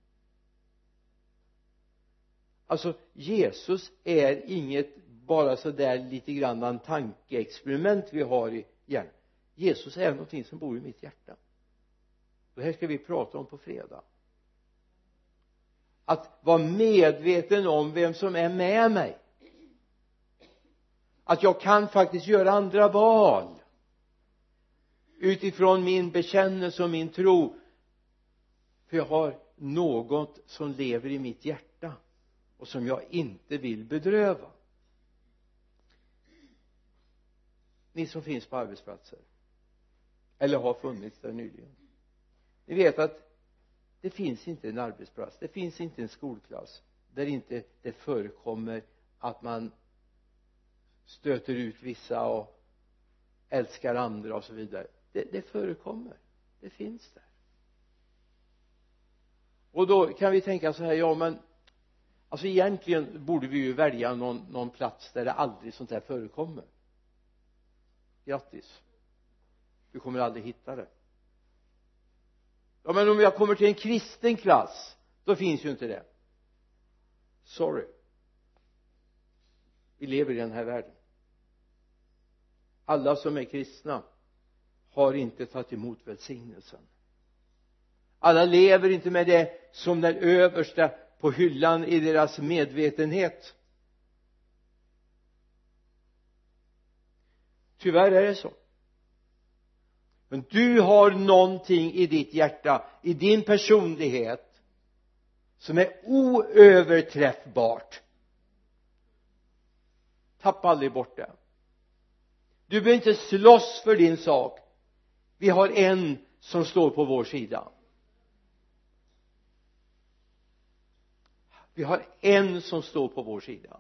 Alltså Jesus är inget bara så där lite grann en tankeexperiment vi har i hjärnan. Jesus är någonting som bor i mitt hjärta. Det här ska vi prata om på fredag. Att vara medveten om vem som är med mig. Att jag kan faktiskt göra andra val utifrån min bekännelse och min tro. För jag har något som lever i mitt hjärta och som jag inte vill bedröva. Ni som finns på arbetsplatser eller har funnits där nyligen, ni vet att det finns inte en arbetsplats, det finns inte en skolklass där inte det förekommer att man stöter ut vissa och älskar andra och så vidare. Det, det förekommer, det finns där. Och då kan vi tänka så här, ja men alltså egentligen borde vi ju välja någon, någon plats där det aldrig sånt här förekommer. Grattis, du kommer aldrig hitta det. Ja men om jag kommer till en kristen klass, då finns ju inte det. Sorry, vi lever i den här världen. Alla som är kristna har inte tagit emot välsignelsen. Alla lever inte med det som den översta på hyllan i deras medvetenhet. Tyvärr är det så. Men du har någonting i ditt hjärta, i din personlighet, som är oöverträffbart. Tappa aldrig bort det. Du behöver inte slåss för din sak. Vi har en som står på vår sida. Vi har en som står på vår sida.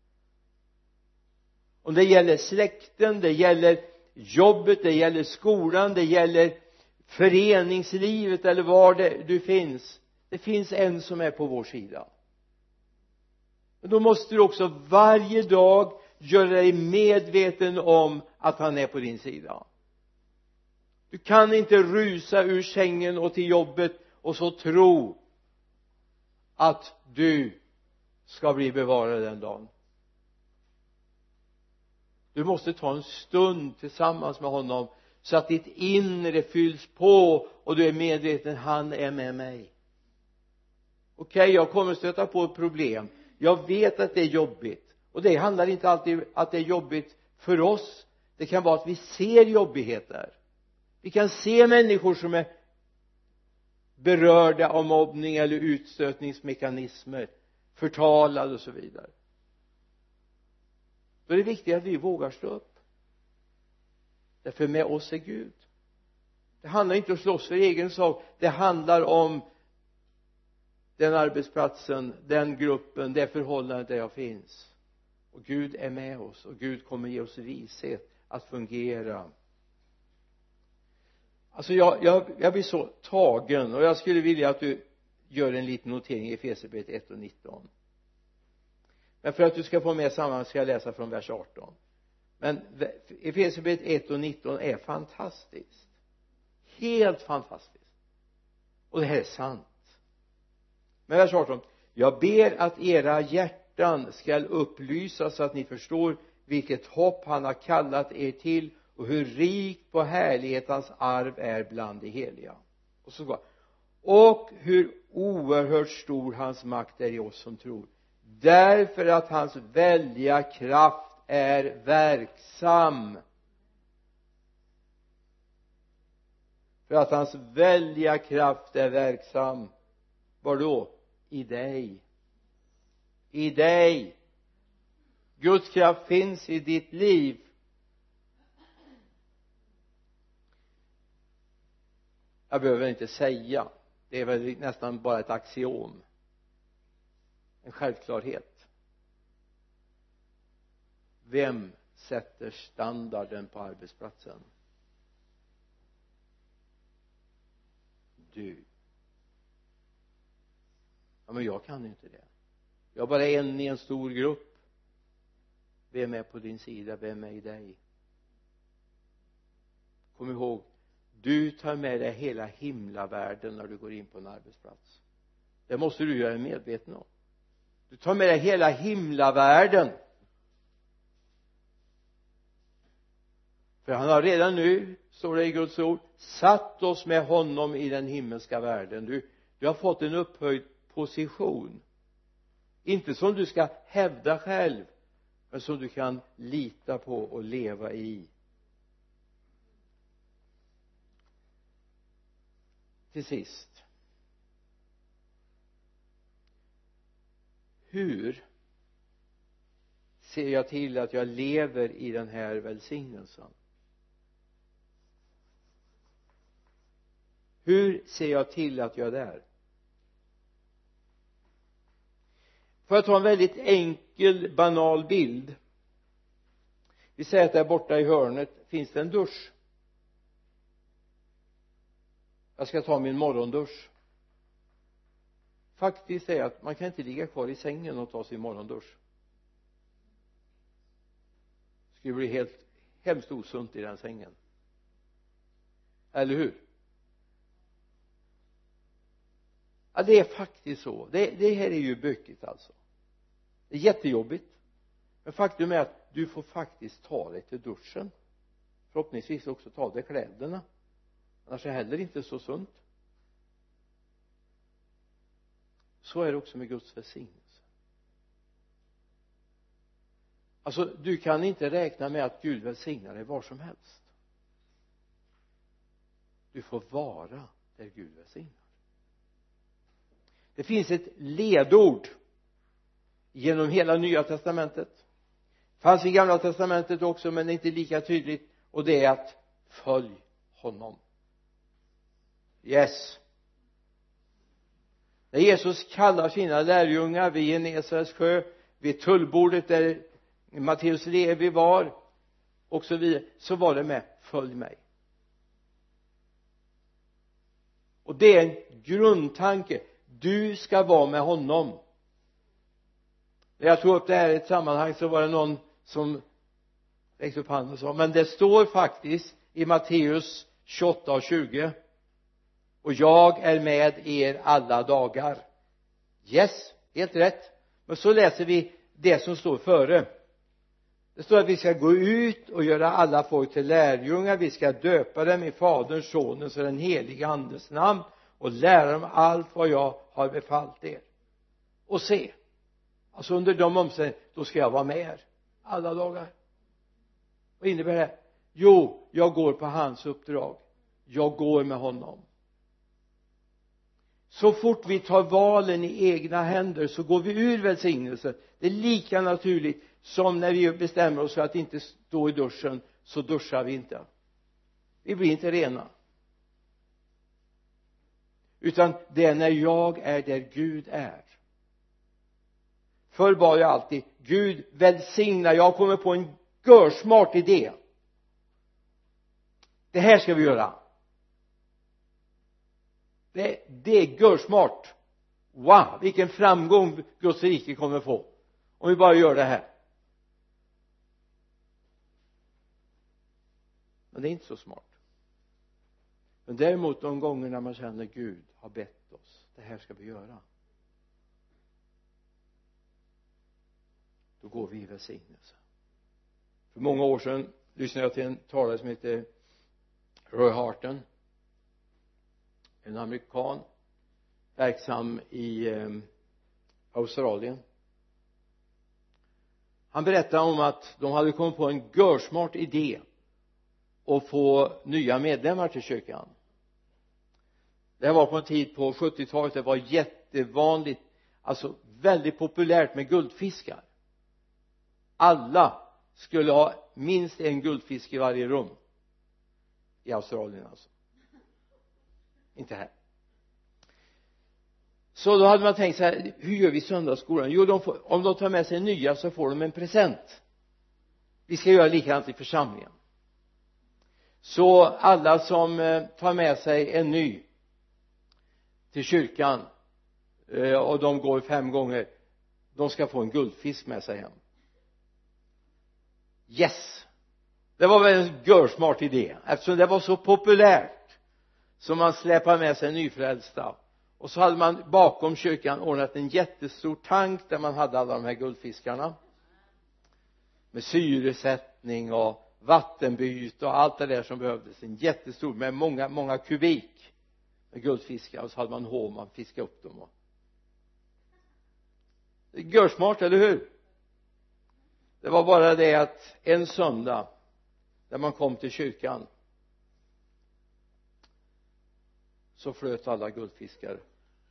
Om det gäller släkten, det gäller jobbet, det gäller skolan, det gäller föreningslivet eller var det, du finns, det finns en som är på vår sida. Men då måste du också varje dag göra dig medveten om att han är på din sida. Du kan inte rusa ur sängen och till jobbet och så tro att du ska bli bevarad den dagen. Du måste ta en stund tillsammans med honom så att ditt inre fylls på och du är medveten, han är med mig. Okej, okay, jag kommer stöta på ett problem. Jag vet att det är jobbigt. Och det handlar inte alltid att det är jobbigt för oss. Det kan vara att vi ser jobbigheter. Vi kan se människor som är berörda av mobbning eller utstötningsmekanismer, förtalade och så vidare. Då är det viktigt att vi vågar stå upp. Därför med oss är Gud. Det handlar inte om att slåss för egen sak. Det handlar om den arbetsplatsen, den gruppen, det förhållandet där jag finns. Och Gud är med oss och Gud kommer ge oss vishet att fungera. Alltså jag, jag, jag blir så tagen och jag skulle vilja att du gör en liten notering i Efesierbrevet ett och nitton. Men för att du ska få med samman ska jag läsa från vers arton. Men Efesierbrevet ett och nitton är fantastiskt. Helt fantastiskt. Och det här är sant. Men vers arton. Jag ber att era hjärtan ska upplysas så att ni förstår vilket hopp han har kallat er till och hur rikt på härlighetens arv är bland de heliga. Och så går och hur oerhört stor hans makt är i oss som tror. Därför att hans väldiga kraft är verksam. För att hans väldiga kraft är verksam. Var då? I dig. I dig. Guds kraft finns i ditt liv. Jag behöver inte säga. Det är väl nästan bara ett axiom. En självklarhet. Vem sätter standarden på arbetsplatsen? Du. Ja, men jag kan inte det. Jag är bara en i en stor grupp. Vem är på din sida? Vem är i dig? Kom ihåg, du tar med dig hela himlavärlden när du går in på en arbetsplats. Det måste du göra medveten om. Du tar med dig hela himlavärlden. För han har redan nu, står det i Guds ord, satt oss med honom i den himmelska världen. Du, du har fått en upphöjd position. Inte som du ska hävda själv, men som du kan lita på och leva i. Till sist. Hur ser jag till att jag lever i den här välsignelsen? Hur ser jag till att jag är där? Får jag ta en väldigt enkel, banal bild. Vi säger att där borta i hörnet finns det en dusch. Jag ska ta min morgondusch. Faktiskt är att man kan inte ligga kvar i sängen och ta sin morgondusch. Det skulle bli helt hemskt osunt i den sängen. Eller hur? Ja, det är faktiskt så. Det, det här är ju bökigt alltså. Det är jättejobbigt. Men faktum är att du får faktiskt ta dig till duschen. Förhoppningsvis också ta dig kläderna. Annars är det heller inte så sunt. Så är det också med Guds välsignelse. Alltså, du kan inte räkna med att Gud välsignar dig var som helst. Du får vara där Gud välsignar. Det finns ett ledord genom hela Nya testamentet. Fanns i Gamla testamentet också, men inte lika tydligt. Och det är att följ honom. Yes. När Jesus kallar sina lärjungar vid Genesarets sjö, vid tullbordet där Matteus Levi var och så vidare, så var det med följ mig. och det är en grundtanke. Du ska vara med honom. När jag tog upp det här i ett sammanhang så var det någon som räckte upp handen och sa, men det står faktiskt i Matteus tjugoåtta och tjugo, och jag är med er alla dagar. Yes, helt rätt. Men så läser vi det som står före. Det står att vi ska gå ut och göra alla folk till lärjungar. Vi ska döpa dem i Faderns, Sonens och den heliga Andes namn och lära dem allt vad jag har befallt er. Och se, alltså under de omständigheterna, då ska jag vara med er alla dagar. Vad innebär det? Jo, jag går på hans uppdrag. Jag går med honom. Så fort vi tar valen i egna händer så går vi ur välsignelsen. Det är lika naturligt som när vi bestämmer oss för att inte stå i duschen, så duschar vi inte. Vi blir inte rena. Utan det är när jag är där Gud är. Förr var jag alltid, Gud välsigna, jag kommer på en görsmart idé. Det här ska vi göra. Det, det är görsmart. Wow, vilken framgång Guds rike kommer få om vi bara gör det här. Men det är inte så smart. Men däremot de gångerna man känner Gud har bett oss, det här ska vi göra, då går vi i välsignelse. För många år sedan lyssnade jag till en talare som heter Roy Harton, en amerikan verksam i eh, Australien. Han berättade om att de hade kommit på en görsmart idé att få nya medlemmar till kyrkan. Det här var på en tid på sjuttiotalet. Det var jättevanligt, alltså väldigt populärt med guldfiskar. Alla skulle ha minst en guldfisk i varje rum i Australien, alltså inte här. Så då hade man tänkt så här, hur gör vi i söndagsskolan? Jo, de får, om de tar med sig nya så får de en present. Vi ska göra likadant i församlingen. Så alla som tar med sig en ny till kyrkan och de går fem gånger, de ska få en guldfisk med sig hem. Yes, det var väl en görsmart idé, eftersom det var så populärt. Så man släpar med sig nyfrälsta, och så hade man bakom kyrkan ordnat en jättestor tank där man hade alla de här guldfiskarna med syresättning och vattenbyte och allt det där som behövdes. En jättestor med många, många kubik med guldfiskar, och så hade man hår, man fiskade upp dem. Det är görsmart, eller hur? Det var bara det att en söndag när man kom till kyrkan så flöt alla guldfiskar.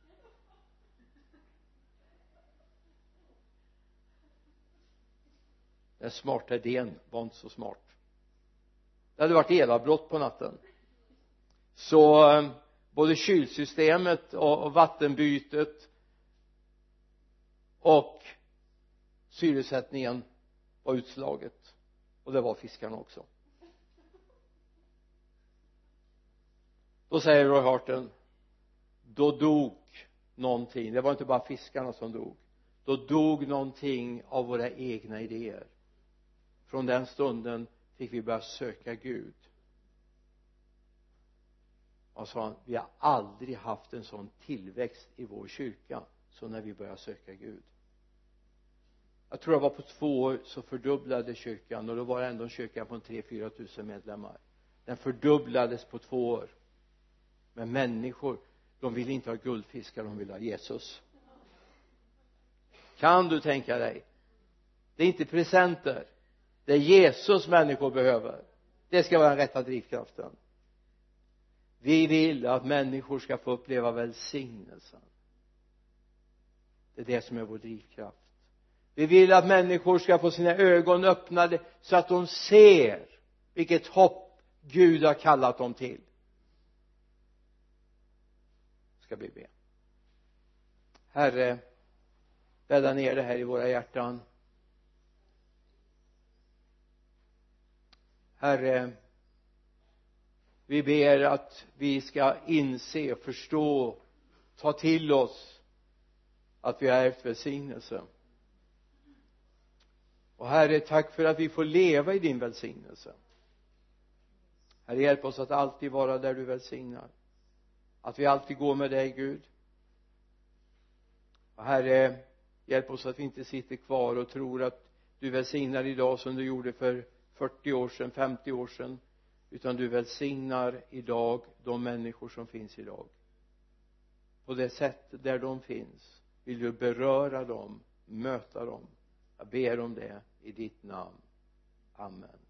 Den smarta idén var inte så smart. Det hade varit elavbrott på natten. Så både kylsystemet och, och vattenbytet och syresättningen var utslaget. Och det var fiskarna också. Då säger Roy Harton, då dog någonting. Det var inte bara fiskarna som dog. Då dog någonting av våra egna idéer. Från den stunden fick vi börja söka Gud. Och sa han, vi har aldrig haft en sån tillväxt i vår kyrka som när vi började söka Gud. Jag tror det var på två år så fördubblade kyrkan, och då var det ändå en kyrka på tre till fyra tusen medlemmar. Den fördubblades på två år. Men människor, de vill inte ha guldfiskar, de vill ha Jesus. Kan du tänka dig? Det är inte presenter. Det är Jesus människor behöver. Det ska vara den rätta drivkraften. Vi vill att människor ska få uppleva välsignelsen. Det är det som är vår drivkraft. Vi vill att människor ska få sina ögon öppnade så att de ser vilket hopp Gud har kallat dem till. Ska vi be. Herre, bädda ner det här i våra hjärtan. Herre, vi ber att vi ska inse, förstå, ta till oss att vi har ärvt välsignelse. Och Herre, tack för att vi får leva i din välsignelse. Herre, hjälp oss att alltid vara där du välsignar, att vi alltid går med dig, Gud. Och Herre, hjälp oss att vi inte sitter kvar och tror att du välsignar idag som du gjorde för fyrtio år sedan, femtio år sedan, utan du välsignar idag de människor som finns idag. På det sätt där de finns vill du beröra dem, möta dem. Jag ber om det i ditt namn. Amen.